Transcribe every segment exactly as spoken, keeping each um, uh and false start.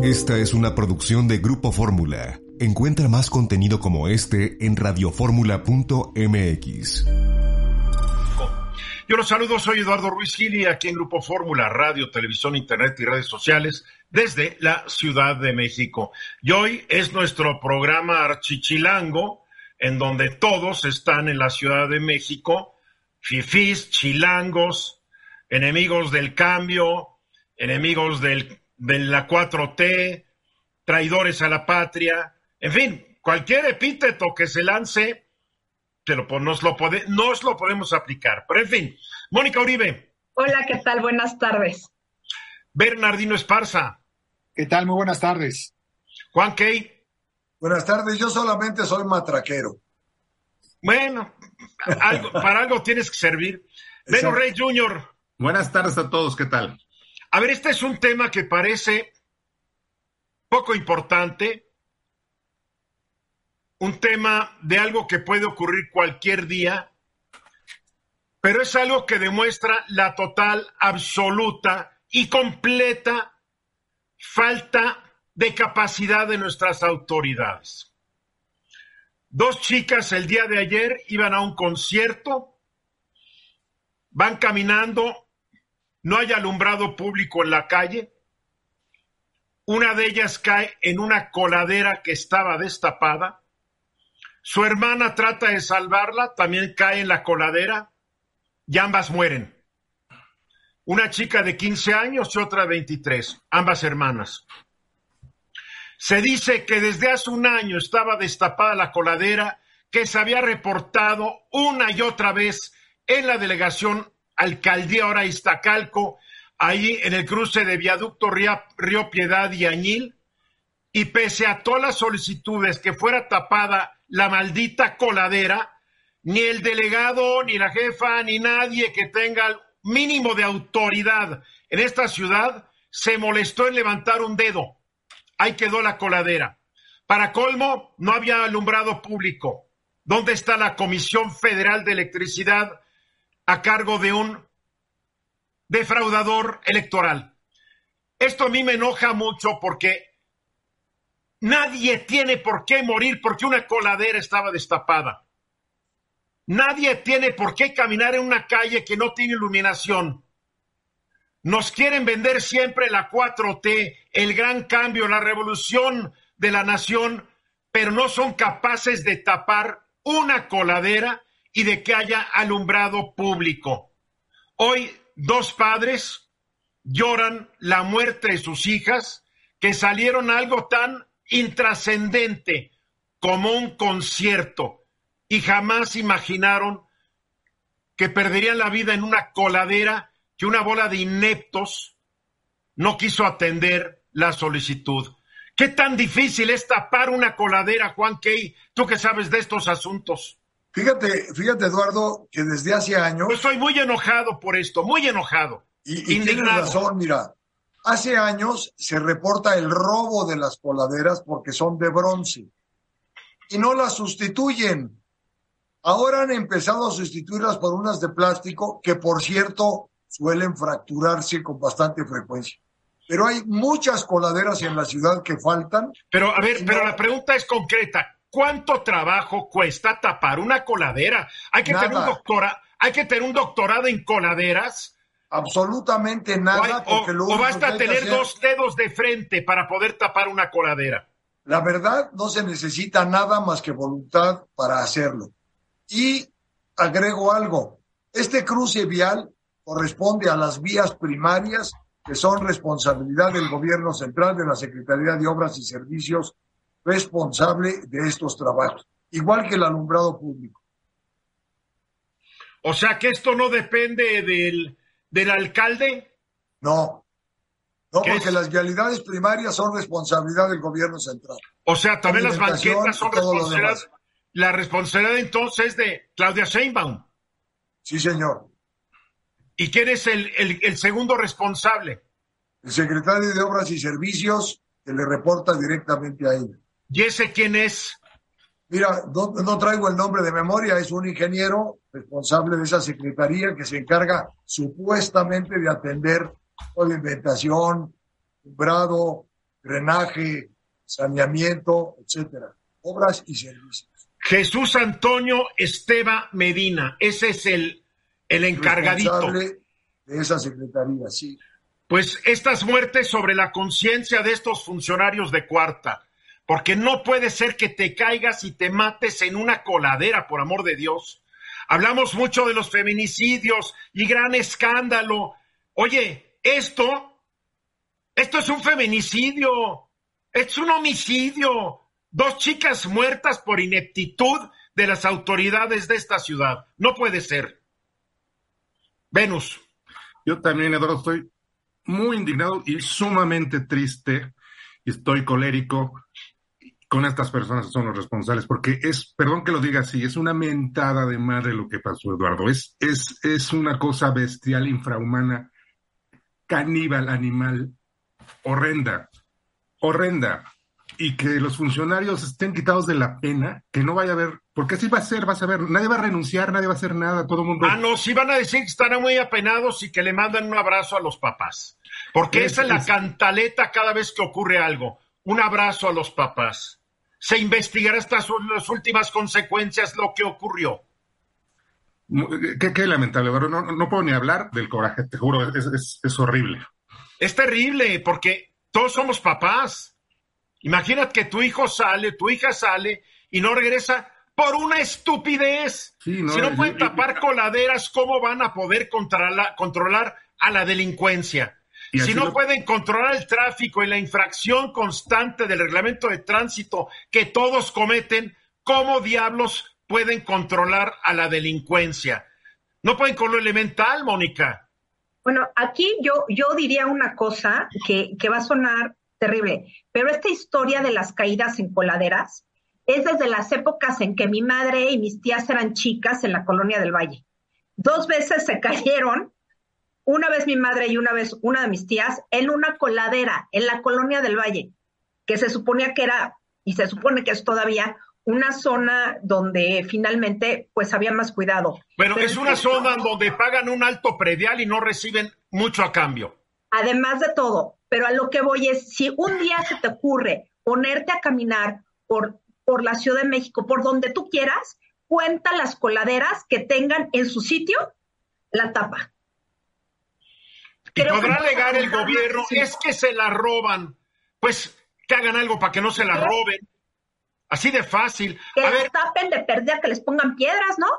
Esta es una producción de Grupo Fórmula. Encuentra más contenido como este en radioformula punto m x. Yo los saludo, soy Eduardo Ruiz Gil y aquí en Grupo Fórmula, radio, televisión, internet y redes sociales desde la Ciudad de México. Y hoy es nuestro programa Archichilango, en donde todos están en la Ciudad de México, fifís, chilangos, enemigos del cambio, enemigos del, de la cuatro T, traidores a la patria, en fin, cualquier epíteto que se lance, pero pues nos lo, pode, nos lo podemos aplicar. Pero en fin, Mónica Uribe. Hola, ¿qué tal? Buenas tardes. Bernardino Esparza. ¿Qué tal? Muy buenas tardes. Juan Key. Buenas tardes, yo solamente soy matraquero. Bueno, algo, para algo tienes que servir. Beno Rey junior Buenas tardes a todos, ¿qué tal? A ver, este es un tema que parece poco importante, un tema de algo que puede ocurrir cualquier día, pero es algo que demuestra la total, absoluta y completa falta de capacidad de nuestras autoridades. Dos chicas el día de ayer iban a un concierto, van caminando, no hay alumbrado público en la calle, una de ellas cae en una coladera que estaba destapada, su hermana trata de salvarla, también cae en la coladera y ambas mueren. Una chica de quince años y otra de veintitrés, ambas hermanas. Se dice que desde hace un año estaba destapada la coladera, que se había reportado una y otra vez en la delegación Alcaldía ahora Iztacalco, ahí en el cruce de Viaducto Río, Río Piedad y Añil, y pese a todas las solicitudes que fuera tapada la maldita coladera, ni el delegado, ni la jefa, ni nadie que tenga el mínimo de autoridad en esta ciudad se molestó en levantar un dedo. Ahí quedó la coladera. Para colmo, no había alumbrado público. ¿Dónde está la Comisión Federal de Electricidad a cargo de un defraudador electoral? Esto a mí me enoja mucho porque nadie tiene por qué morir porque una coladera estaba destapada. Nadie tiene por qué caminar en una calle que no tiene iluminación. Nos quieren vender siempre la cuatro T, el gran cambio, la revolución de la nación, pero no son capaces de tapar una coladera y de que haya alumbrado público. Hoy dos padres lloran la muerte de sus hijas que salieron a algo tan intrascendente como un concierto y jamás imaginaron que perderían la vida en una coladera que una bola de ineptos no quiso atender la solicitud. ¿Qué tan difícil es tapar una coladera, Juan Key? Tú que sabes de estos asuntos. Fíjate, fíjate, Eduardo, que desde hace años... Yo estoy muy enojado por esto, muy enojado. Y, y tienes razón, mira. Hace años se reporta el robo de las coladeras porque son de bronce y no las sustituyen. Ahora han empezado a sustituirlas por unas de plástico que, por cierto, suelen fracturarse con bastante frecuencia. Pero hay muchas coladeras en la ciudad que faltan. Pero, a ver, pero no... la pregunta es concreta. ¿Cuánto trabajo cuesta tapar una coladera? Hay que tener un doctora, hay que tener un doctorado en coladeras. Absolutamente nada. O, porque lo o basta tener hacer... dos dedos de frente para poder tapar una coladera. La verdad, no se necesita nada más que voluntad para hacerlo. Y agrego algo. Este cruce vial corresponde a las vías primarias que son responsabilidad del gobierno central, de la Secretaría de Obras y Servicios, responsable de estos trabajos, igual que el alumbrado público. O sea que esto no depende del... ¿Del alcalde? No, no, porque es? las vialidades primarias son responsabilidad del gobierno central. O sea, también las banquetas son responsabilidad, la responsabilidad entonces de Claudia Sheinbaum. Sí, señor. ¿Y quién es el, el, el segundo responsable? El secretario de Obras y Servicios, que le reporta directamente a él. ¿Y ese quién es? Mira, no, no traigo el nombre de memoria, es un ingeniero responsable de esa secretaría que se encarga supuestamente de atender toda la inventación, alumbrado, drenaje, saneamiento, etcétera, obras y servicios. Jesús Antonio Esteva Medina, ese es el, el encargadito. Responsable de esa secretaría, sí. Pues estas muertes sobre la conciencia de estos funcionarios de cuarta, porque no puede ser que te caigas y te mates en una coladera, por amor de Dios. Hablamos mucho de los feminicidios y gran escándalo. Oye, esto, esto es un feminicidio, es un homicidio. Dos chicas muertas por ineptitud de las autoridades de esta ciudad. No puede ser. Venus. Yo también, Eduardo, estoy muy indignado y sumamente triste, y estoy colérico con estas personas que son los responsables, porque es, perdón que lo diga así, es una mentada de madre lo que pasó, Eduardo. Es, es, es una cosa bestial, infrahumana, caníbal, animal, horrenda, horrenda. Y que los funcionarios estén quitados de la pena, que no vaya a haber, porque así va a ser, vas a ver, nadie va a renunciar, nadie va a hacer nada, todo el mundo... Ah, no, sí van a decir que estarán muy apenados y que le mandan un abrazo a los papás, porque es, esa es la es... cantaleta cada vez que ocurre algo, un abrazo a los papás. Se investigará hasta las últimas consecuencias lo que ocurrió. Qué, qué lamentable, no, no, no puedo ni hablar del coraje, te juro, es, es, es horrible. Es terrible, porque todos somos papás. Imagínate que tu hijo sale, tu hija sale y no regresa por una estupidez. Sí, no, si no pueden yo, tapar yo, coladeras, ¿cómo van a poder controlar, controlar a la delincuencia? Si no lo... pueden controlar el tráfico y la infracción constante del reglamento de tránsito que todos cometen, ¿cómo diablos pueden controlar a la delincuencia? No pueden con lo elemental, Mónica. Bueno, aquí yo, yo diría una cosa que, que va a sonar terrible, pero esta historia de las caídas en coladeras es desde las épocas en que mi madre y mis tías eran chicas en la Colonia del Valle. Dos veces se cayeron, una vez mi madre y una vez una de mis tías, en una coladera en la Colonia del Valle, que se suponía que era, y se supone que es todavía, una zona donde finalmente pues había más cuidado. Bueno, pero es una zona donde pagan un alto predial y no reciben mucho a cambio. Además de todo, pero a lo que voy es, si un día se te ocurre ponerte a caminar por, por la Ciudad de México, por donde tú quieras, cuenta las coladeras que tengan en su sitio la tapa. Y Creo podrá alegar el gobierno, sí. Es que se la roban. Pues que hagan algo para que no se la roben. Así de fácil. Que a las ver, tapen de pérdida, que les pongan piedras, ¿no?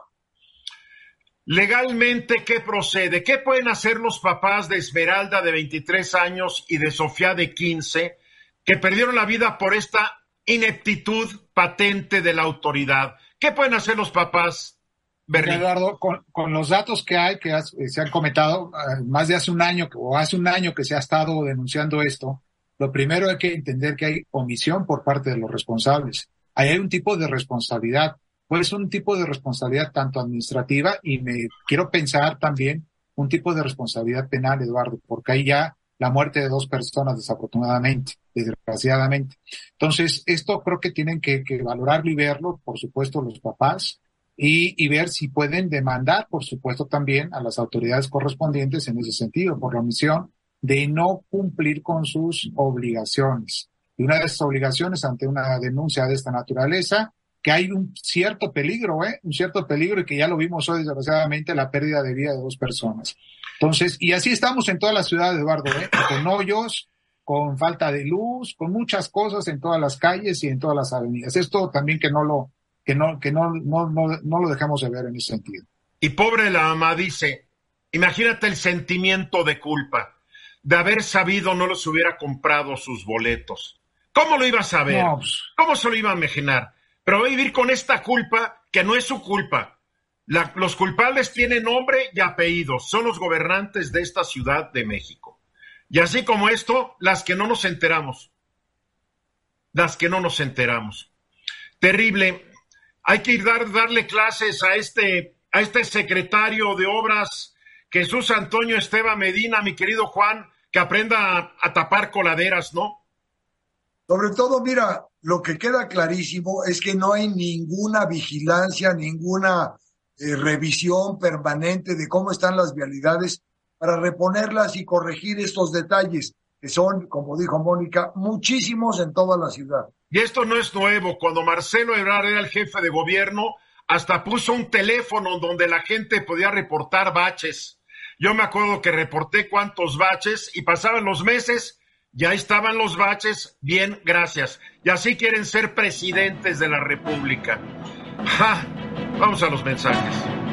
Legalmente, ¿qué procede? ¿Qué pueden hacer los papás de Esmeralda, de veintitrés años, y de Sofía, de quince, que perdieron la vida por esta ineptitud patente de la autoridad? ¿Qué pueden hacer los papás, Berlín? Eduardo, con, con los datos que hay, que has, se han comentado, más de hace un año, o hace un año que se ha estado denunciando esto, lo primero hay que entender que hay omisión por parte de los responsables. Ahí hay un tipo de responsabilidad. Pues un tipo de responsabilidad tanto administrativa y me quiero pensar también un tipo de responsabilidad penal, Eduardo, porque hay ya la muerte de dos personas desafortunadamente, desgraciadamente. Entonces, esto creo que tienen que, que valorarlo y verlo, por supuesto, los papás y, y ver si pueden demandar, por supuesto, también a las autoridades correspondientes en ese sentido, por la omisión de no cumplir con sus obligaciones. Y una de esas obligaciones ante una denuncia de esta naturaleza, que hay un cierto peligro, ¿eh? Un cierto peligro y que ya lo vimos hoy, desgraciadamente, la pérdida de vida de dos personas. Entonces, y así estamos en toda la ciudad, Eduardo, ¿eh? Con hoyos, con falta de luz, con muchas cosas en todas las calles y en todas las avenidas. Esto también que no lo, que no, que no, no, no, no lo dejamos de ver en ese sentido. Y pobre la mamá dice, imagínate el sentimiento de culpa, de haber sabido no los hubiera comprado sus boletos. ¿Cómo lo iba a saber? No, pues... ¿Cómo se lo iba a imaginar? Pero va a vivir con esta culpa que no es su culpa. La, los culpables tienen nombre y apellido, son los gobernantes de esta Ciudad de México. Y así como esto, las que no nos enteramos. Las que no nos enteramos. Terrible. Hay que ir dar, darle clases a este, a este secretario de Obras, Jesús Antonio Esteva Medina, mi querido Juan, que aprenda a, a tapar coladeras, ¿no? Sobre todo, mira, lo que queda clarísimo es que no hay ninguna vigilancia, ninguna eh, revisión permanente de cómo están las vialidades para reponerlas y corregir estos detalles. que son, como dijo Mónica, muchísimos en toda la ciudad. Y esto no es nuevo. Cuando Marcelo Ebrard era el jefe de gobierno, hasta puso un teléfono donde la gente podía reportar baches. Yo me acuerdo que reporté cuántos baches y pasaban los meses, ya estaban los baches, bien, gracias. Y así quieren ser presidentes de la República. ¡Ja! Vamos a los mensajes.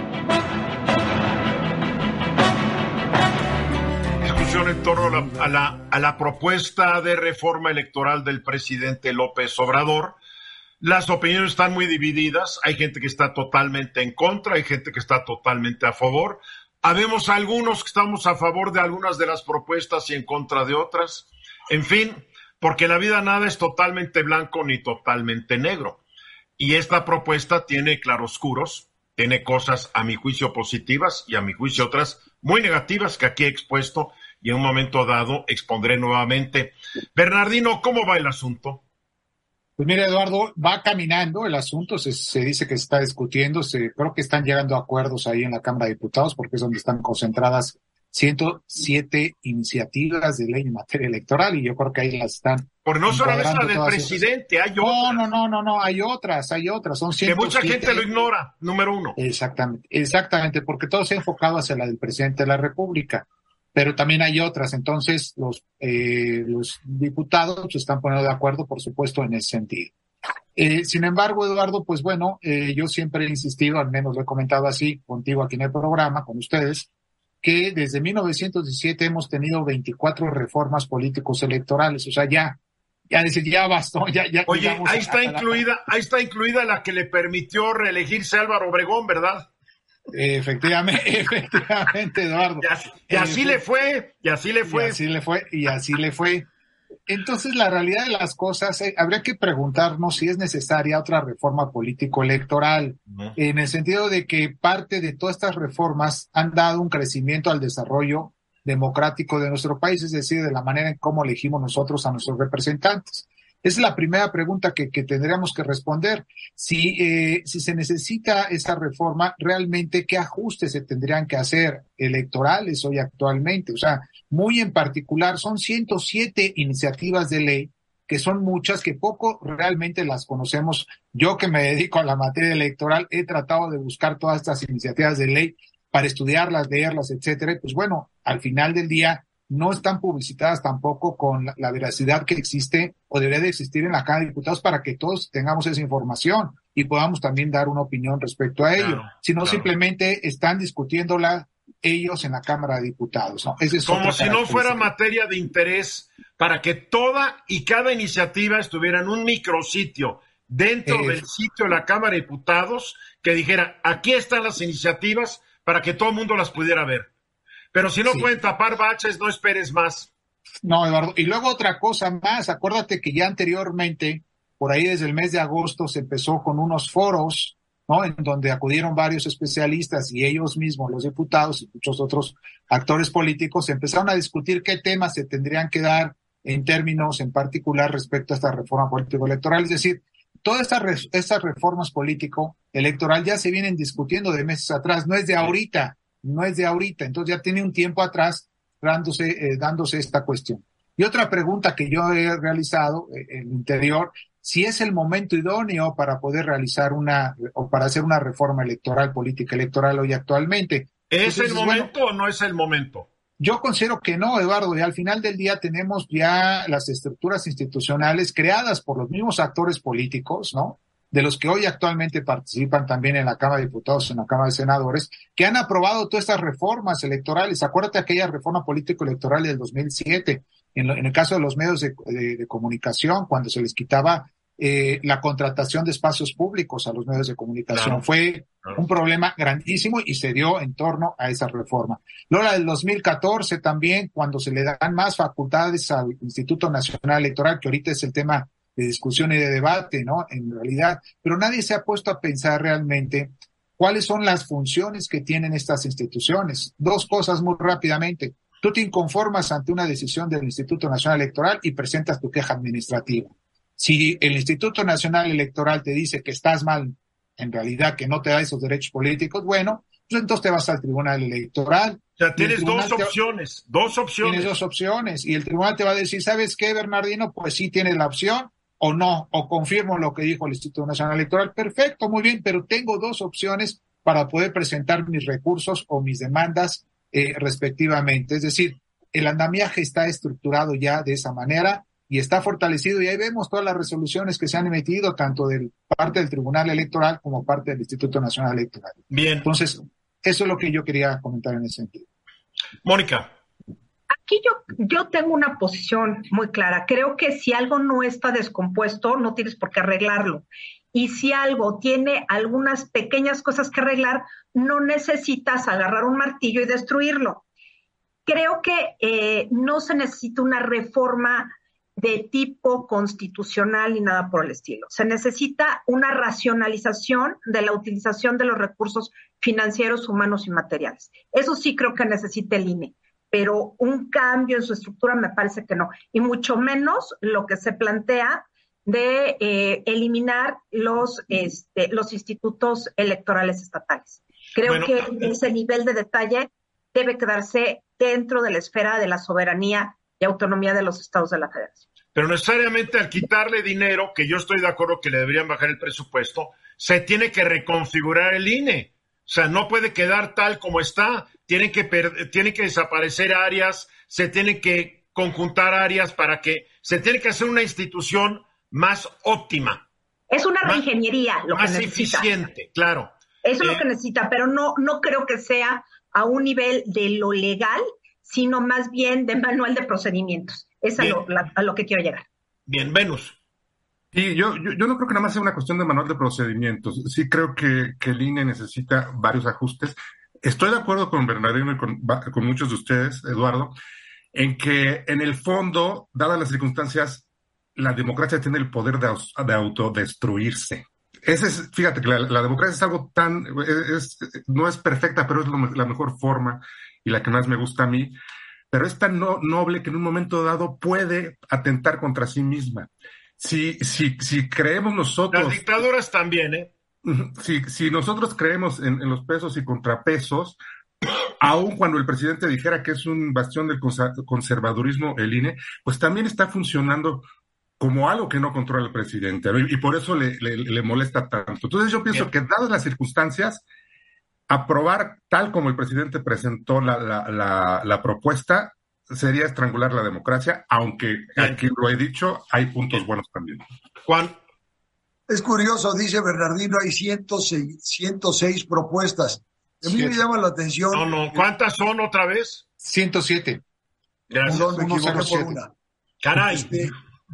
Discusión en torno a la, a la, a la propuesta de reforma electoral del presidente López Obrador. Las opiniones están muy divididas. Hay gente que está totalmente en contra, hay gente que está totalmente a favor. Habemos algunos que estamos a favor de algunas de las propuestas y en contra de otras. En fin, porque la vida nada es totalmente blanco ni totalmente negro. Y esta propuesta tiene claroscuros, tiene cosas a mi juicio positivas y a mi juicio otras muy negativas que aquí he expuesto y en un momento dado expondré nuevamente. Bernardino, ¿cómo va el asunto? Pues mira, Eduardo, va caminando el asunto, se, se dice que se está discutiendo, se, creo que están llegando a acuerdos ahí en la Cámara de Diputados porque es donde están concentradas ciento siete iniciativas de ley en materia electoral y yo creo que ahí las están. Por no solo es la del presidente, esas. hay otras. No, no, no, no, no, hay otras, hay otras, son ciento siete. Que mucha gente lo ignora, número uno. Exactamente, exactamente, porque todo se ha enfocado hacia la del presidente de la República. Pero también hay otras, entonces los eh, los diputados se están poniendo de acuerdo, por supuesto, en ese sentido. Eh, sin embargo, Eduardo, pues bueno, eh, yo siempre he insistido, al menos lo he comentado así contigo aquí en el programa, con ustedes, que desde mil novecientos diecisiete hemos tenido veinticuatro reformas políticos electorales, o sea, ya, ya decir, ya bastó, ya, ya. Oye, ahí a, está a incluida, la... ahí está incluida la que le permitió reelegirse Álvaro Obregón, ¿verdad? Efectivamente, efectivamente, Eduardo. Y así, y así eh, le fue, y así le fue. Y así le fue, y así le fue. Entonces, la realidad de las cosas, eh, habría que preguntarnos si es necesaria otra reforma político-electoral, uh-huh. en el sentido de que parte de todas estas reformas han dado un crecimiento al desarrollo democrático de nuestro país, es decir, de la manera en cómo elegimos nosotros a nuestros representantes. Esa es la primera pregunta que, que tendríamos que responder. Si, eh, si se necesita esa reforma, realmente, ¿qué ajustes se tendrían que hacer electorales hoy actualmente? O sea, muy en particular, son ciento siete iniciativas de ley, que son muchas, que poco realmente las conocemos. Yo que me dedico a la materia electoral, he tratado de buscar todas estas iniciativas de ley para estudiarlas, leerlas, etcétera. Pues bueno, al final del día, no están publicitadas tampoco con la, la veracidad que existe o debería de existir en la Cámara de Diputados para que todos tengamos esa información y podamos también dar una opinión respecto a ello. Claro, sino claro. Simplemente están discutiéndola ellos en la Cámara de Diputados, ¿no? Ese es como si no fuera materia de interés para que toda y cada iniciativa estuviera en un micrositio dentro eh, del sitio de la Cámara de Diputados que dijera, aquí están las iniciativas para que todo el mundo las pudiera ver. Pero si no sí. pueden tapar baches, no esperes más. No, Eduardo. Y luego otra cosa más. Acuérdate que ya anteriormente, por ahí desde el mes de agosto, se empezó con unos foros, ¿no? En donde acudieron varios especialistas y ellos mismos, los diputados y muchos otros actores políticos, empezaron a discutir qué temas se tendrían que dar en términos en particular respecto a esta reforma político-electoral. Es decir, todas estas, re- estas reformas político-electoral ya se vienen discutiendo de meses atrás, no es de ahorita. No es de ahorita, entonces ya tiene un tiempo atrás dándose, eh, dándose esta cuestión. Y otra pregunta que yo he realizado eh, en el interior, si es el momento idóneo para poder realizar una, o para hacer una reforma electoral, política electoral hoy actualmente. ¿Es entonces, el momento bueno, o no es el momento? Yo considero que no, Eduardo, y al final del día tenemos ya las estructuras institucionales creadas por los mismos actores políticos, ¿no? De los que hoy actualmente participan también en la Cámara de Diputados, en la Cámara de Senadores, que han aprobado todas estas reformas electorales. Acuérdate aquella reforma político-electoral del dos mil siete, en, lo, en el caso de los medios de, de, de comunicación, cuando se les quitaba eh, la contratación de espacios públicos a los medios de comunicación. Claro, Fue claro. un problema grandísimo y se dio en torno a esa reforma. Luego la del dos mil catorce también, cuando se le dan más facultades al Instituto Nacional Electoral, que ahorita es el tema de discusión y de debate, ¿no? En realidad, pero nadie se ha puesto a pensar realmente cuáles son las funciones que tienen estas instituciones. Dos cosas muy rápidamente. Tú te inconformas ante una decisión del Instituto Nacional Electoral y presentas tu queja administrativa. Si el Instituto Nacional Electoral te dice que estás mal, en realidad que no te da esos derechos políticos, bueno, pues entonces te vas al Tribunal Electoral O sea, tienes dos opciones, va, dos opciones. Tienes dos opciones y el tribunal te va a decir, ¿sabes qué, Bernardino? Pues sí tienes la opción o no, o confirmo lo que dijo el Instituto Nacional Electoral. Perfecto, muy bien, pero tengo dos opciones para poder presentar mis recursos o mis demandas eh, respectivamente. Es decir, el andamiaje está estructurado ya de esa manera y está fortalecido y ahí vemos todas las resoluciones que se han emitido tanto de parte del Tribunal Electoral como parte del Instituto Nacional Electoral. Bien. Entonces, eso es lo que yo quería comentar en ese sentido. Mónica. Aquí yo, yo tengo una posición muy clara. Creo que si algo no está descompuesto, no tienes por qué arreglarlo. Y si algo tiene algunas pequeñas cosas que arreglar, no necesitas agarrar un martillo y destruirlo. Creo que eh, no se necesita una reforma de tipo constitucional ni nada por el estilo. Se necesita una racionalización de la utilización de los recursos financieros, humanos y materiales. Eso sí creo que necesita el I N E, pero un cambio en su estructura me parece que no. Y mucho menos lo que se plantea de eh, eliminar los, este, los institutos electorales estatales. Creo bueno, que ese nivel de detalle debe quedarse dentro de la esfera de la soberanía y autonomía de los estados de la federación. Pero necesariamente al quitarle dinero, que yo estoy de acuerdo que le deberían bajar el presupuesto, se tiene que reconfigurar el I N E. O sea, no puede quedar tal como está. Tienen que, per- tienen que desaparecer áreas, se tienen que conjuntar áreas para que se tiene que hacer una institución más óptima. Es una reingeniería lo que necesita. Más eficiente, claro. Eso es eh, lo que necesita, pero no, no creo que sea a un nivel de lo legal, sino más bien de manual de procedimientos. Es a lo, la, a lo que quiero llegar. Bien, Venus. Sí, yo, yo, yo no creo que nada más sea una cuestión de manual de procedimientos. Sí creo que, que el I N E necesita varios ajustes. Estoy de acuerdo con Bernardino y con, con muchos de ustedes, Eduardo, en que en el fondo, dadas las circunstancias, la democracia tiene el poder de, de autodestruirse. Ese es, fíjate que la, la democracia es algo tan, es, es, no es perfecta, pero es lo, la mejor forma y la que más me gusta a mí, pero es tan no, noble que en un momento dado puede atentar contra sí misma. Si, si, si creemos nosotros... Las dictaduras también, ¿eh? Si, si nosotros creemos en, en los pesos y contrapesos, aun cuando el presidente dijera que es un bastión del conservadurismo el I N E, pues también está funcionando como algo que no controla el presidente, ¿no? y, y por eso le, le, le molesta tanto. Entonces yo pienso Bien. que dadas las circunstancias, aprobar tal como el presidente presentó la, la, la, la propuesta sería estrangular la democracia, aunque Bien. aquí lo he dicho, hay puntos Bien. buenos también. Juan. Es curioso, dice Bernardino, hay ciento seis, ciento seis propuestas. A mí me llama la atención. No, no, ¿cuántas son otra vez? ciento siete. Gracias. Perdón, me equivoqué por una. Caray. Este,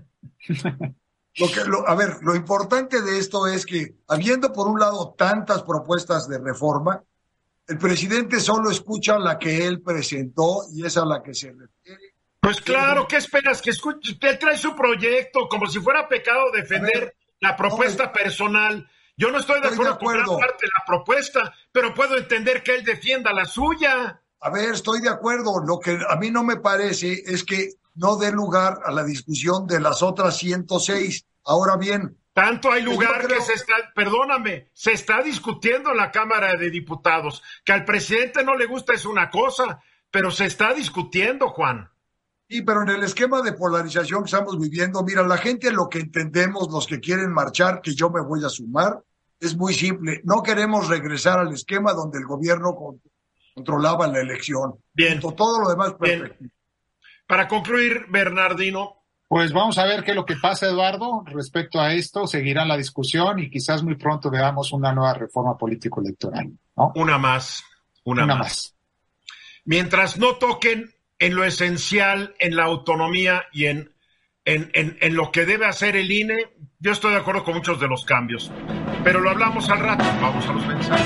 lo que, lo, a ver, lo importante de esto es que, habiendo por un lado tantas propuestas de reforma, el presidente solo escucha la que él presentó y es a la que se refiere. Pues claro, ¿qué esperas? Que escuche, él trae su proyecto como si fuera pecado defender ver, la propuesta no, personal. Yo no estoy de acuerdo, estoy de acuerdo con gran parte de la propuesta, pero puedo entender que él defienda la suya. A ver, estoy de acuerdo. Lo que a mí no me parece es que no dé lugar a la discusión de las otras ciento seis. Ahora bien... Tanto hay lugar creo... que se está, perdóname, se está discutiendo en la Cámara de Diputados. Que al presidente no le gusta es una cosa, pero se está discutiendo, Juan. Sí, pero en el esquema de polarización que estamos viviendo, mira, la gente lo que entendemos, los que quieren marchar, que yo me voy a sumar, es muy simple. No queremos regresar al esquema donde el gobierno controlaba la elección. Bien. Todo lo demás perfecto. Bien. Para concluir, Bernardino. Pues vamos a ver qué es lo que pasa, Eduardo, respecto a esto. Seguirá la discusión y quizás muy pronto veamos una nueva reforma político-electoral, ¿no? Una más. Una, una más. más. Mientras no toquen en lo esencial, en la autonomía y en, en, en, en lo que debe hacer el I N E, yo estoy de acuerdo con muchos de los cambios. Pero lo hablamos al rato. Vamos a los mensajes.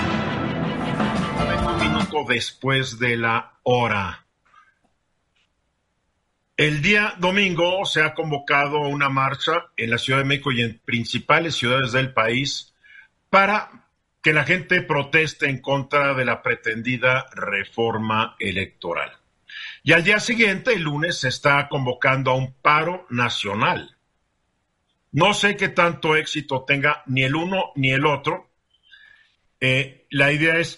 Un minuto después de la hora. El día domingo se ha convocado una marcha en la Ciudad de México y en principales ciudades del país para que la gente proteste en contra de la pretendida reforma electoral. Y al día siguiente, el lunes, se está convocando a un paro nacional. No sé qué tanto éxito tenga ni el uno ni el otro. Eh, la idea es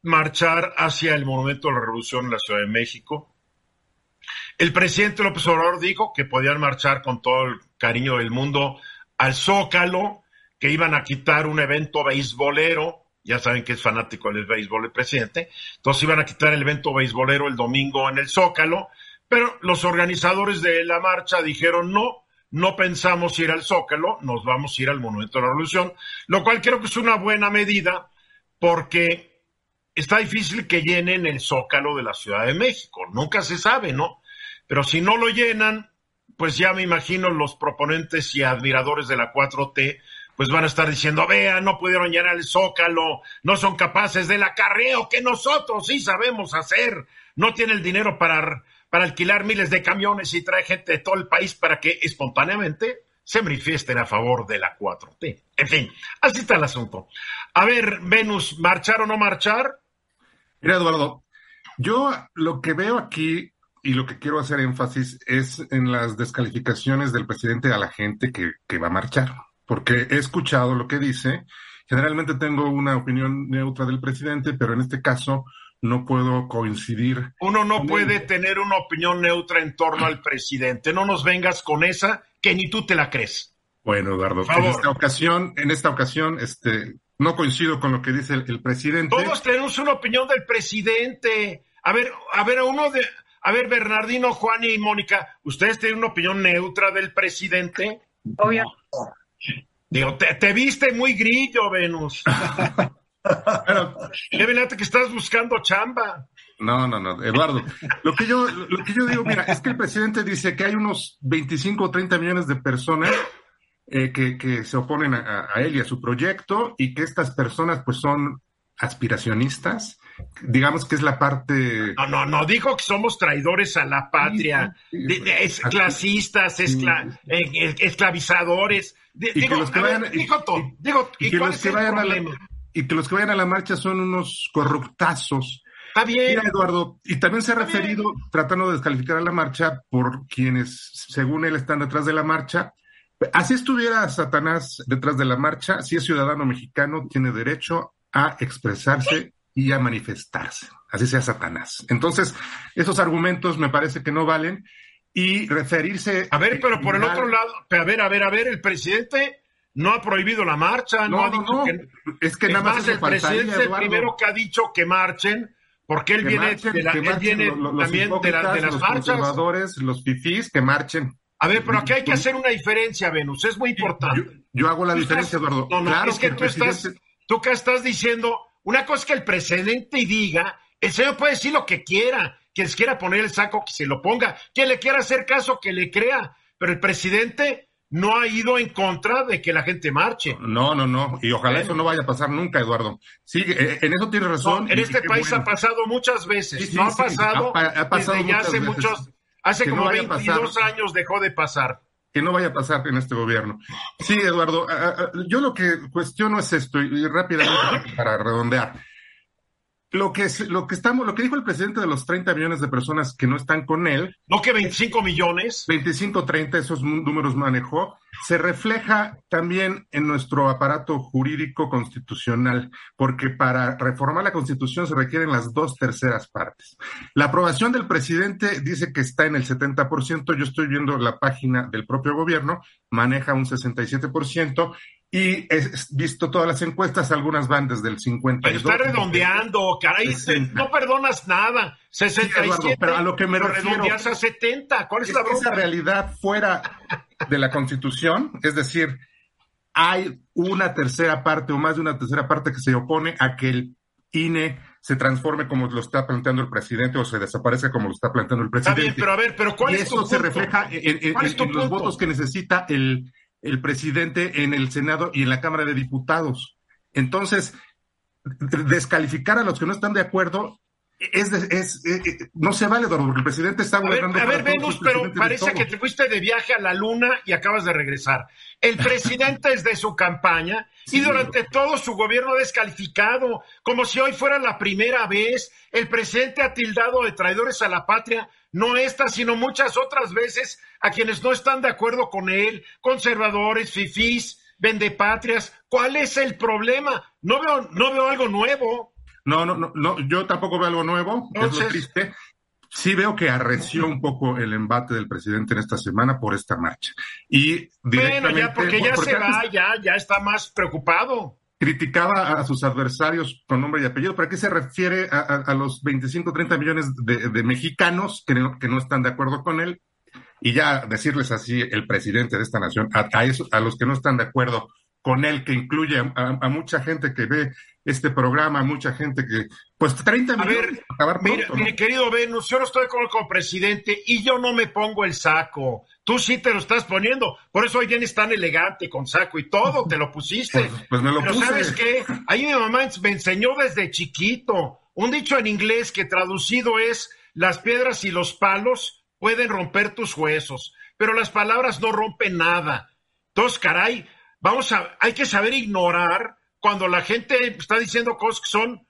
marchar hacia el Monumento de la Revolución en la Ciudad de México. El presidente López Obrador dijo que podían marchar con todo el cariño del mundo al Zócalo, que iban a quitar un evento beisbolero. Ya saben que es fanático del béisbol el presidente. Entonces iban a quitar el evento beisbolero el domingo en el Zócalo, pero los organizadores de la marcha dijeron no, no pensamos ir al Zócalo, nos vamos a ir al Monumento de la Revolución, lo cual creo que es una buena medida porque está difícil que llenen el Zócalo de la Ciudad de México. Nunca se sabe, ¿no? Pero si no lo llenan, pues ya me imagino los proponentes y admiradores de la cuatro T pues van a estar diciendo, vean, no pudieron llenar el Zócalo, no son capaces del acarreo que nosotros sí sabemos hacer, no tienen el dinero para, para alquilar miles de camiones y traer gente de todo el país para que espontáneamente se manifiesten a favor de la cuatro T. En fin, así está el asunto. A ver, Venus, ¿marchar o no marchar? Mira, Eduardo, yo lo que veo aquí y lo que quiero hacer énfasis es en las descalificaciones del presidente a la gente que, que va a marchar. Porque he escuchado lo que dice, generalmente tengo una opinión neutra del presidente, pero en este caso no puedo coincidir. Uno no puede tener una opinión neutra en torno al presidente, no nos vengas con esa que ni tú te la crees. Bueno, Eduardo, en esta ocasión, en esta ocasión, este, no coincido con lo que dice el, el presidente. Todos tenemos una opinión del presidente. A ver, a ver, uno de, a ver, Bernardino, Juan y Mónica, ¿ustedes tienen una opinión neutra del presidente? Obvio. No. Digo, te, te viste muy grillo, Venus. Pero, Evidente que estás buscando chamba. No, no, no, Eduardo. Lo que yo, lo que yo digo, mira, es que el presidente dice que hay unos veinticinco o treinta millones de personas eh, que, que se oponen a, a él y a su proyecto, y que estas personas, pues, son aspiracionistas. Digamos que es la parte... No, no, no, dijo que somos traidores a la patria, sí, sí, de, de, es, clasistas, escla, sí. eh, esclavizadores. De, y digo, que los que a vayan, ver, dijo todo. y, Digo, y ¿y que cuál los es que el vayan a la, problema? y que los que vayan a la marcha son unos corruptazos. Está bien. Mira, Eduardo, y también se ha referido, bien, tratando de descalificar a la marcha por quienes, según él, están detrás de la marcha. Así estuviera Satanás detrás de la marcha, si es ciudadano mexicano, tiene derecho a expresarse y a manifestarse, así sea Satanás. Entonces, esos argumentos me parece que no valen, y referirse... A ver, pero por el otro lado, a ver, a ver, a ver, el presidente no ha prohibido la marcha, no, no ha dicho no, que... Es que es nada más, más el presidente es el primero que ha dicho que marchen, porque él que viene, marchen, de la, él viene los, los también de, la, de las los marchas. Los conservadores, los fifís, que marchen. A ver, pero aquí hay que hacer una diferencia, Venus, es muy importante. Yo, yo hago la tú diferencia, estás, Eduardo. No, no, claro es que, que tú presidente... estás, tú que estás diciendo, una cosa es que el presidente diga, el señor puede decir lo que quiera, quien les quiera poner el saco, que se lo ponga, quien le quiera hacer caso, que le crea, pero el presidente no ha ido en contra de que la gente marche. No, no, no, y ojalá bueno. eso no vaya a pasar nunca, Eduardo. Sí, en eso tienes razón. No, en este país bueno. ha pasado muchas veces, sí, sí, no ha pasado, sí, ha, ha pasado desde ya hace veces. muchos, hace que como no veintidós años dejó de pasar. Que no vaya a pasar en este gobierno. Sí, Eduardo, a, a, yo lo que cuestiono es esto, y, y rápidamente para redondear. Lo que, es, lo que estamos, lo que dijo el presidente de los treinta millones de personas que no están con él. ¿No que veinticinco millones? veinticinco, treinta, esos números manejó. Se refleja también en nuestro aparato jurídico constitucional, porque para reformar la Constitución se requieren las dos terceras partes. La aprobación del presidente dice que está en el setenta por ciento. Yo estoy viendo la página del propio gobierno, maneja un sesenta y siete por ciento. Y he visto todas las encuestas, algunas van desde el cincuenta y dos. Pero está redondeando, caray, sesenta. No perdonas nada. sesenta y siete, sí, Eduardo, pero a lo que me refiero, redondeas a setenta. ¿Cuál es, es la bronca? Esa realidad fuera de la Constitución, es decir, hay una tercera parte o más de una tercera parte que se opone a que el I N E se transforme como lo está planteando el presidente o se desaparezca como lo está planteando el presidente. Está bien, pero a ver, pero ¿cuál y es tu punto? Y eso se punto? refleja en, en, en, en los votos que necesita el... el presidente en el Senado y en la Cámara de Diputados. Entonces, descalificar a los que no están de acuerdo es, es, es, es no se vale, porque el presidente está gobernando. A ver, a ver Venus, pero parece que te fuiste de viaje a la luna y acabas de regresar. El presidente es de su campaña sí, y durante todo su gobierno ha descalificado, como si hoy fuera la primera vez. El presidente ha tildado de traidores a la patria, no esta, sino muchas otras veces, a quienes no están de acuerdo con él, conservadores, fifís, vendepatrias. ¿Cuál es el problema? No veo, no veo algo nuevo. No, no, no, no, yo tampoco veo algo nuevo, Entonces... es lo triste. Sí veo que arreció un poco el embate del presidente en esta semana por esta marcha. Y directamente... Bueno, ya porque ya porque se va, ya, ya está más preocupado. Criticaba a sus adversarios con nombre y apellido, pero ¿a qué se refiere a, a, a los veinticinco, treinta millones de, de mexicanos que no, que no están de acuerdo con él? Y ya decirles así, el presidente de esta nación, a, a, eso, a los que no están de acuerdo con él, que incluye a, a, a mucha gente que ve este programa, mucha gente que, pues treinta millones. A ver, acabar pronto, mira, ¿no? Mire, querido Venus, yo no estoy como, como presidente y yo no me pongo el saco. Tú sí te lo estás poniendo, por eso hoy vienes tan elegante con saco y todo, te lo pusiste. Pues, pues me lo Pero puse. ¿sabes qué? Ahí mi mamá me enseñó desde chiquito un dicho en inglés que traducido es: las piedras y los palos pueden romper tus huesos, pero las palabras no rompen nada. Entonces, caray, vamos a, hay que saber ignorar cuando la gente está diciendo cosas que son...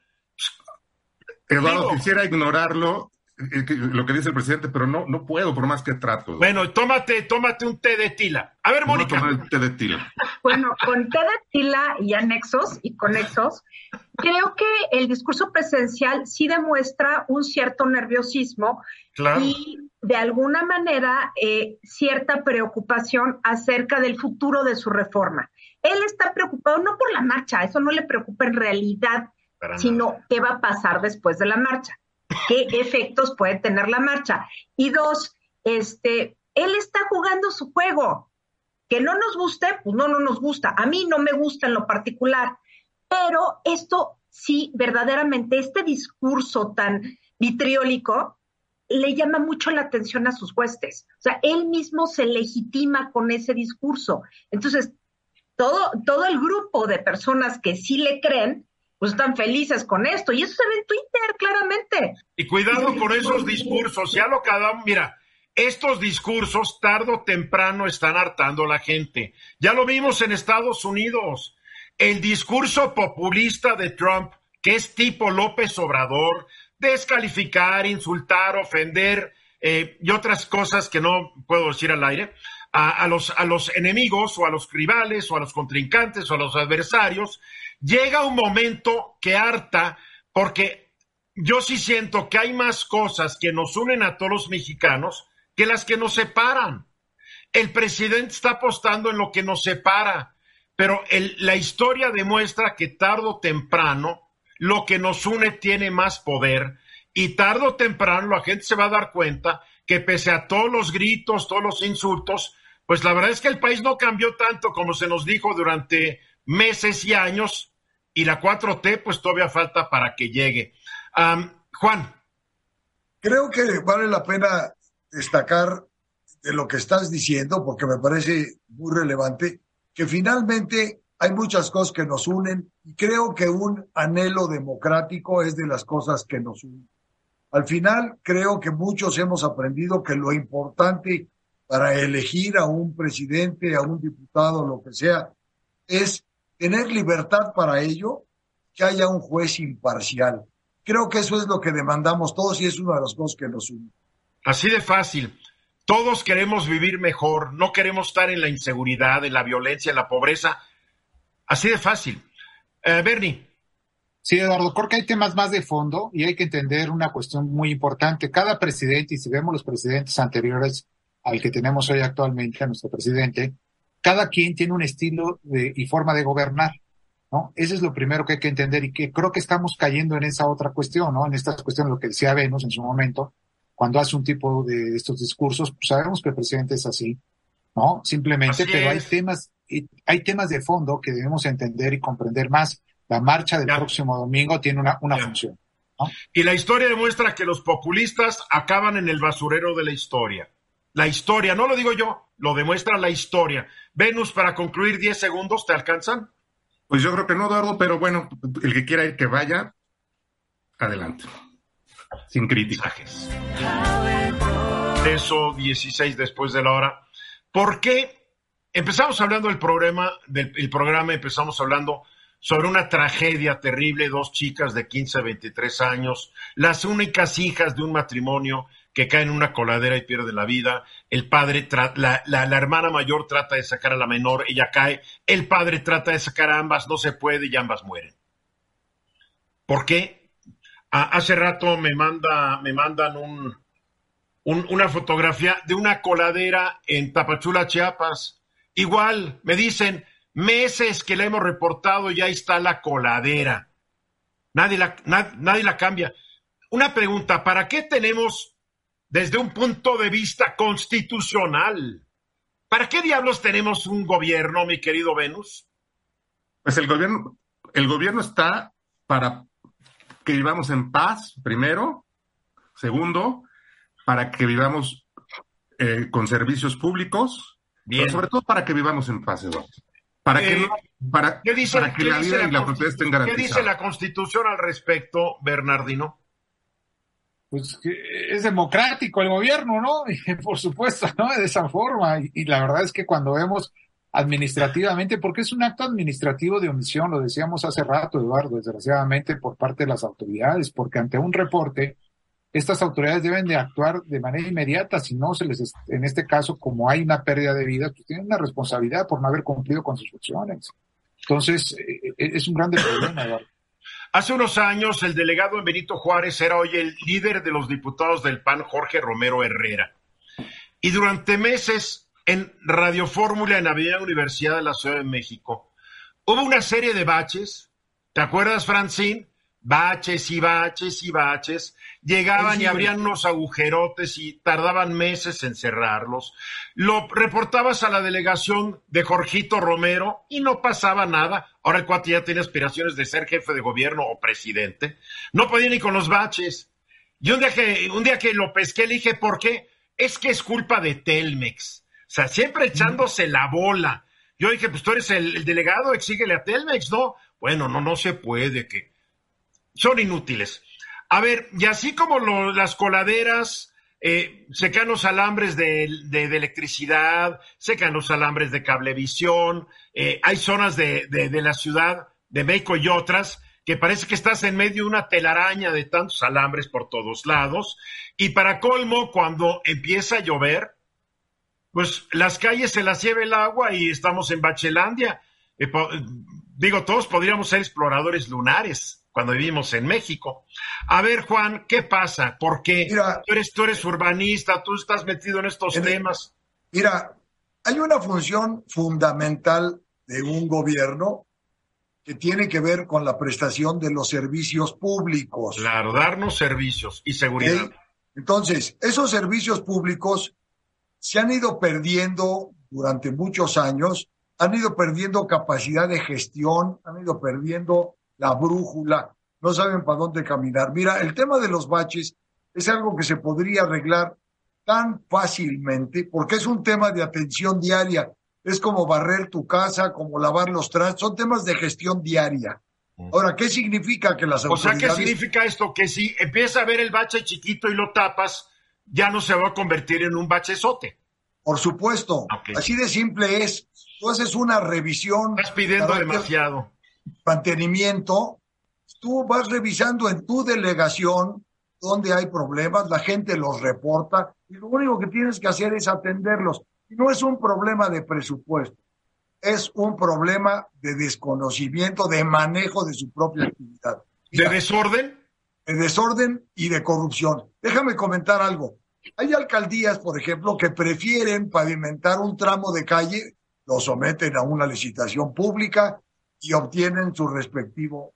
Eduardo, digo, quisiera ignorarlo, eh, que, lo que dice el presidente, pero no, no puedo, por más que trato. Bueno, tómate, tómate un té de tila. A ver, Mónica. No tomar el té de tila. Bueno, con té de tila y anexos y conexos, creo que el discurso presidencial sí demuestra un cierto nerviosismo, claro, y de alguna manera eh, cierta preocupación acerca del futuro de su reforma. Él está preocupado no por la marcha, eso no le preocupa en realidad, Para sino nada. qué va a pasar después de la marcha, qué efectos puede tener la marcha. Y dos, este, él está jugando su juego. Que no nos guste, pues no, no nos gusta. A mí no me gusta en lo particular, pero esto sí, verdaderamente, este discurso tan vitriólico le llama mucho la atención a sus huestes. O sea, él mismo se legitima con ese discurso. Entonces, todo, todo el grupo de personas que sí le creen, pues están felices con esto. Y eso se ve en Twitter, claramente. Y cuidado con esos discursos. Ya lo cada... Mira, estos discursos tarde o temprano están hartando a la gente. Ya lo vimos en Estados Unidos. El discurso populista de Trump, que es tipo López Obrador, descalificar, insultar, ofender eh, y otras cosas que no puedo decir al aire, a, a, los, a los enemigos o a los rivales o a los contrincantes o a los adversarios, llega un momento que harta, porque yo sí siento que hay más cosas que nos unen a todos los mexicanos que las que nos separan. El presidente está apostando en lo que nos separa, pero el, la historia demuestra que tarde o temprano lo que nos une tiene más poder, y tarde o temprano la gente se va a dar cuenta que pese a todos los gritos, todos los insultos, pues la verdad es que el país no cambió tanto como se nos dijo durante meses y años, y la cuatro T pues todavía falta para que llegue. Um, Juan. Creo que vale la pena destacar de lo que estás diciendo, porque me parece muy relevante, que finalmente hay muchas cosas que nos unen, y creo que un anhelo democrático es de las cosas que nos unen. Al final, creo que muchos hemos aprendido que lo importante para elegir a un presidente, a un diputado, lo que sea, es tener libertad para ello, que haya un juez imparcial. Creo que eso es lo que demandamos todos y es una de las cosas que nos une. Así de fácil. Todos queremos vivir mejor, no queremos estar en la inseguridad, en la violencia, en la pobreza. Así de fácil. Eh, Bernie. Sí, Eduardo, creo que hay temas más de fondo y hay que entender una cuestión muy importante. Cada presidente, y si vemos los presidentes anteriores al que tenemos hoy actualmente, a nuestro presidente, cada quien tiene un estilo de, y forma de gobernar, ¿no? Eso es lo primero que hay que entender, y que creo que estamos cayendo en esa otra cuestión, ¿no? En esta cuestión, lo que decía Venus en su momento, cuando hace un tipo de estos discursos, pues sabemos que el presidente es así, ¿no? Simplemente, así pero es. hay temas, hay temas de fondo que debemos entender y comprender más. La marcha del ya. próximo domingo tiene una, una función, ¿no? Y la historia demuestra que los populistas acaban en el basurero de la historia. La historia, no lo digo yo, lo demuestra la historia. Venus, para concluir, diez segundos, ¿te alcanzan? Pues yo creo que no, Eduardo, pero bueno, el que quiera ir que vaya, adelante. Sin críticas. Eso, dieciséis después de la hora. ¿Por qué? Empezamos hablando del programa, del el programa, empezamos hablando sobre una tragedia terrible, dos chicas de quince a veintitrés años, las únicas hijas de un matrimonio que caen en una coladera y pierden la vida. El padre, tra- la, la, la hermana mayor trata de sacar a la menor, ella cae, el padre trata de sacar a ambas, no se puede y ambas mueren. ¿Por qué? A, hace rato me manda, me mandan un, un, una fotografía de una coladera en Tapachula, Chiapas. Igual, me dicen, meses que la hemos reportado y ahí está la coladera. Nadie la, na, nadie la cambia. Una pregunta, ¿para qué tenemos, desde un punto de vista constitucional, ¿para qué diablos tenemos un gobierno, mi querido Venus? Pues el gobierno, el gobierno está para que vivamos en paz, primero. Segundo, para que vivamos eh, con servicios públicos. Bien. Pero sobre todo para que vivamos en paz, Eduardo. Para que, eh, no, para, ¿qué dice, para que ¿qué la vida la y la propiedad estén garantizadas. ¿Qué dice la Constitución al respecto, Bernardino? Pues es democrático el gobierno, ¿no? Y por supuesto, ¿no? De esa forma. Y, y la verdad es que cuando vemos administrativamente, porque es un acto administrativo de omisión, lo decíamos hace rato, Eduardo, desgraciadamente por parte de las autoridades, porque ante un reporte, estas autoridades deben de actuar de manera inmediata, si no se les, en este caso, como hay una pérdida de vida, pues tienen una responsabilidad por no haber cumplido con sus funciones. Entonces, eh, es un grande problema, Eduardo. Hace unos años, el delegado en Benito Juárez era hoy el líder de los diputados del P A N, Jorge Romero Herrera. Y durante meses, en Radio Fórmula, en Avenida Universidad de la Ciudad de México, hubo una serie de baches. ¿Te acuerdas, Francine? Baches y baches y baches. Llegaban sí, y abrían sí. unos agujerotes y tardaban meses en cerrarlos. Lo reportabas a la delegación de Jorgito Romero y no pasaba nada. Ahora el cuate ya tiene aspiraciones de ser jefe de gobierno o presidente. No podía ni con los baches. Y un día que, un día que lo pesqué le dije, ¿por qué? Es que es culpa de Telmex. O sea, siempre echándose la bola. Yo dije, pues tú eres el, el delegado, exíguele a Telmex, ¿no? Bueno, no, no se puede, que son inútiles. A ver, y así como lo, las coladeras, eh, secan los alambres de, de, de electricidad, secan los alambres de cablevisión, eh, hay zonas de, de, de la ciudad de México y otras que parece que estás en medio de una telaraña de tantos alambres por todos lados. Y para colmo, cuando empieza a llover, pues las calles se las lleva el agua y estamos en Bachelandia. Eh, po, digo, todos podríamos ser exploradores lunares cuando vivimos en México. A ver, Juan, ¿qué pasa? ¿Por qué? Mira, tú eres, tú eres urbanista, tú estás metido en estos en temas. El, mira, hay una función fundamental de un gobierno que tiene que ver con la prestación de los servicios públicos. Claro, darnos servicios y seguridad. ¿Okay? Entonces, esos servicios públicos se han ido perdiendo durante muchos años, han ido perdiendo capacidad de gestión, han ido perdiendo la brújula, no saben para dónde caminar. Mira, el tema de los baches es algo que se podría arreglar tan fácilmente, porque es un tema de atención diaria, es como barrer tu casa, como lavar los trastes, son temas de gestión diaria. Ahora, ¿qué significa que las autoridades... O sea, ¿qué significa esto? Que si empieza a ver el bache chiquito y lo tapas, ya no se va a convertir en un bachezote. Por supuesto, okay. Así de simple es. Tú haces una revisión. Estás pidiendo demasiado. Mantenimiento. Tú vas revisando en tu delegación donde hay problemas, la gente los reporta y lo único que tienes que hacer es atenderlos. No es un problema de presupuesto, es un problema de desconocimiento, de manejo de su propia actividad. Mira, ¿de desorden? De desorden y de corrupción. Déjame comentar algo. Hay alcaldías, por ejemplo, que prefieren pavimentar un tramo de calle, lo someten a una licitación pública y obtienen su respectivo.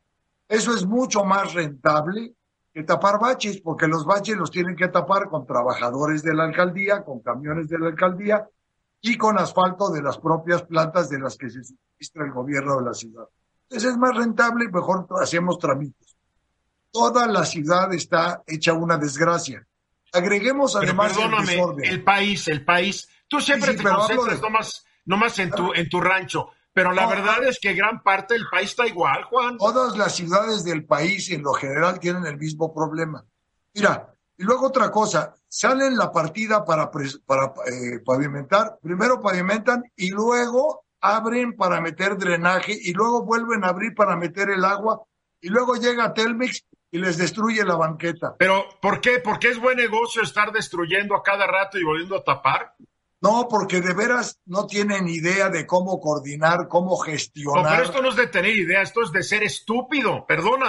Eso es mucho más rentable que tapar baches, porque los baches los tienen que tapar con trabajadores de la alcaldía, con camiones de la alcaldía y con asfalto de las propias plantas de las que se suministra el gobierno de la ciudad. Entonces es más rentable y mejor hacemos trámites. Toda la ciudad está hecha una desgracia. Agreguemos además pero perdóname, el desorden. El país, el país. Tú siempre sí, sí, te concentras de... nomás, nomás en, tu, en tu rancho, pero la no, verdad es que gran parte del país está igual, Juan. Todas las ciudades del país en lo general tienen el mismo problema. Mira, y luego otra cosa, salen la partida para, para eh, pavimentar, primero pavimentan y luego abren para meter drenaje y luego vuelven a abrir para meter el agua y luego llega Telmex y les destruye la banqueta. ¿Pero por qué? ¿Porque es buen negocio estar destruyendo a cada rato y volviendo a tapar? No, porque de veras no tienen idea de cómo coordinar, cómo gestionar. No, pero esto no es de tener idea, esto es de ser estúpido, perdóname.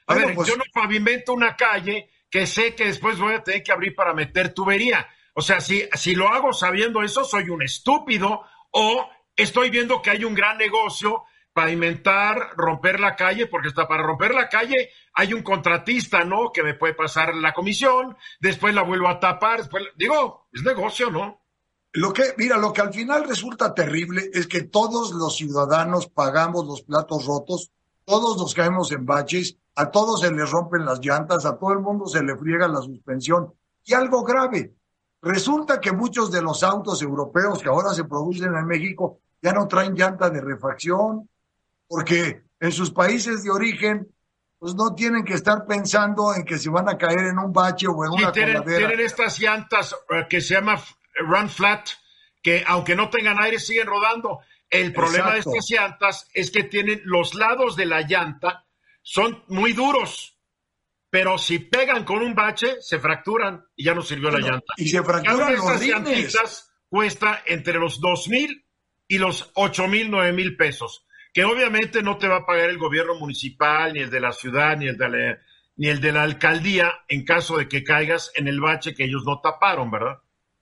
A Bueno, ver, pues- yo no pavimento una calle que sé que después voy a tener que abrir para meter tubería. O sea, si, si lo hago sabiendo eso, soy un estúpido, o estoy viendo que hay un gran negocio, pavimentar, romper la calle, porque hasta para romper la calle hay un contratista, ¿no? Que me puede pasar la comisión, después la vuelvo a tapar, después, digo, es negocio, ¿no? Lo que, mira, lo que al final resulta terrible es que todos los ciudadanos pagamos los platos rotos, todos nos caemos en baches, a todos se les rompen las llantas, a todo el mundo se le friega la suspensión. Y algo grave, resulta que muchos de los autos europeos que ahora se producen en México ya no traen llanta de refacción, porque en sus países de origen pues no tienen que estar pensando en que se van a caer en un bache o en Sí, una tienen, coladera. tienen estas llantas uh, que se llama run flat, que aunque no tengan aire siguen rodando. El problema Exacto. de estas llantas es que tienen los lados de la llanta, son muy duros, pero si pegan con un bache, se fracturan y ya no sirvió la Bueno, llanta. y se Cada una fracturan de los estas rines. llantitas cuesta entre los dos mil y los ocho mil, nueve mil pesos, que obviamente no te va a pagar el gobierno municipal, ni el de la ciudad, ni el de la, ni el de la alcaldía, en caso de que caigas en el bache que ellos no taparon, ¿verdad?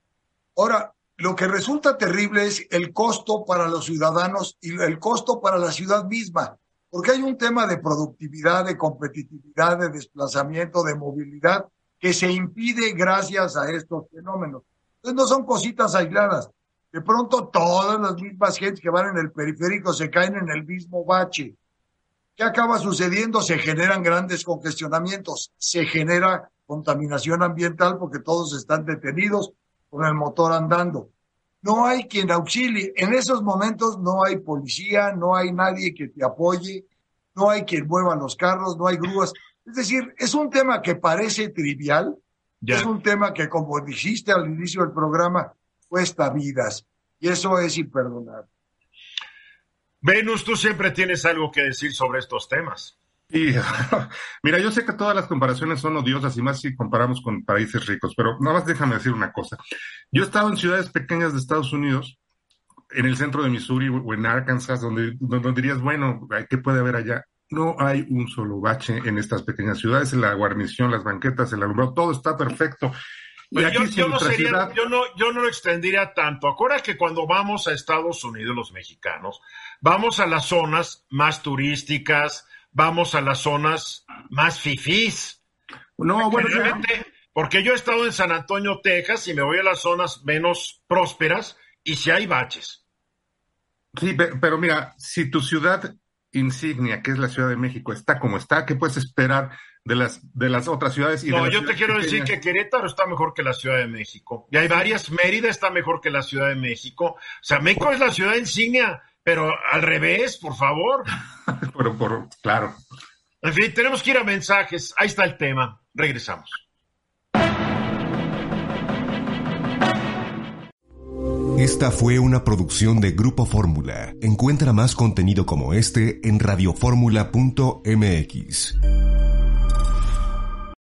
Ahora, lo que resulta terrible es el costo para los ciudadanos y el costo para la ciudad misma, porque hay un tema de productividad, de competitividad, de desplazamiento, de movilidad, que se impide gracias a estos fenómenos. Entonces no son cositas aisladas. De pronto todas las mismas gentes que van en el periférico se caen en el mismo bache. ¿Qué acaba sucediendo? Se generan grandes congestionamientos, se genera contaminación ambiental porque todos están detenidos con el motor andando. No hay quien auxilie. En esos momentos no hay policía, no hay nadie que te apoye, no hay quien mueva los carros, no hay grúas. Es decir, es un tema que parece trivial, Ya. es un tema que, como dijiste al inicio del programa, cuesta vidas. Y eso es imperdonable. Venus, tú siempre tienes algo que decir sobre estos temas. Y, mira, yo sé que todas las comparaciones son odiosas y más si comparamos con países ricos, pero nada más déjame decir una cosa. Yo he estado en ciudades pequeñas de Estados Unidos, en el centro de Missouri o en Arkansas, donde, donde dirías, bueno, ¿qué puede haber allá? No hay un solo bache en estas pequeñas ciudades, en la guarnición, las banquetas, el alumbrado, todo está perfecto. Y Pero aquí, yo, si yo, no nuestra sería, ciudad- yo, no, yo no lo extendería tanto. Acuérdate que cuando vamos a Estados Unidos, los mexicanos, vamos a las zonas más turísticas, vamos a las zonas más fifís. No, bueno, ya- Realmente, porque yo he estado en San Antonio, Texas, y me voy a las zonas menos prósperas, y si hay baches. sí, pe- pero mira, si tu ciudad insignia, que es la Ciudad de México, está como está, ¿qué puedes esperar de las, de las otras ciudades? Y de No, las yo te ciudades quiero decir pequeñas? que Querétaro está mejor que la Ciudad de México. Y hay varias. Mérida está mejor que la Ciudad de México. O sea, México es la ciudad insignia, pero al revés, por favor. Pero, por, claro. En fin, tenemos que ir a mensajes. Ahí está el tema. Regresamos. Esta fue una producción de Grupo Fórmula. Encuentra más contenido como este en radioformula punto m x.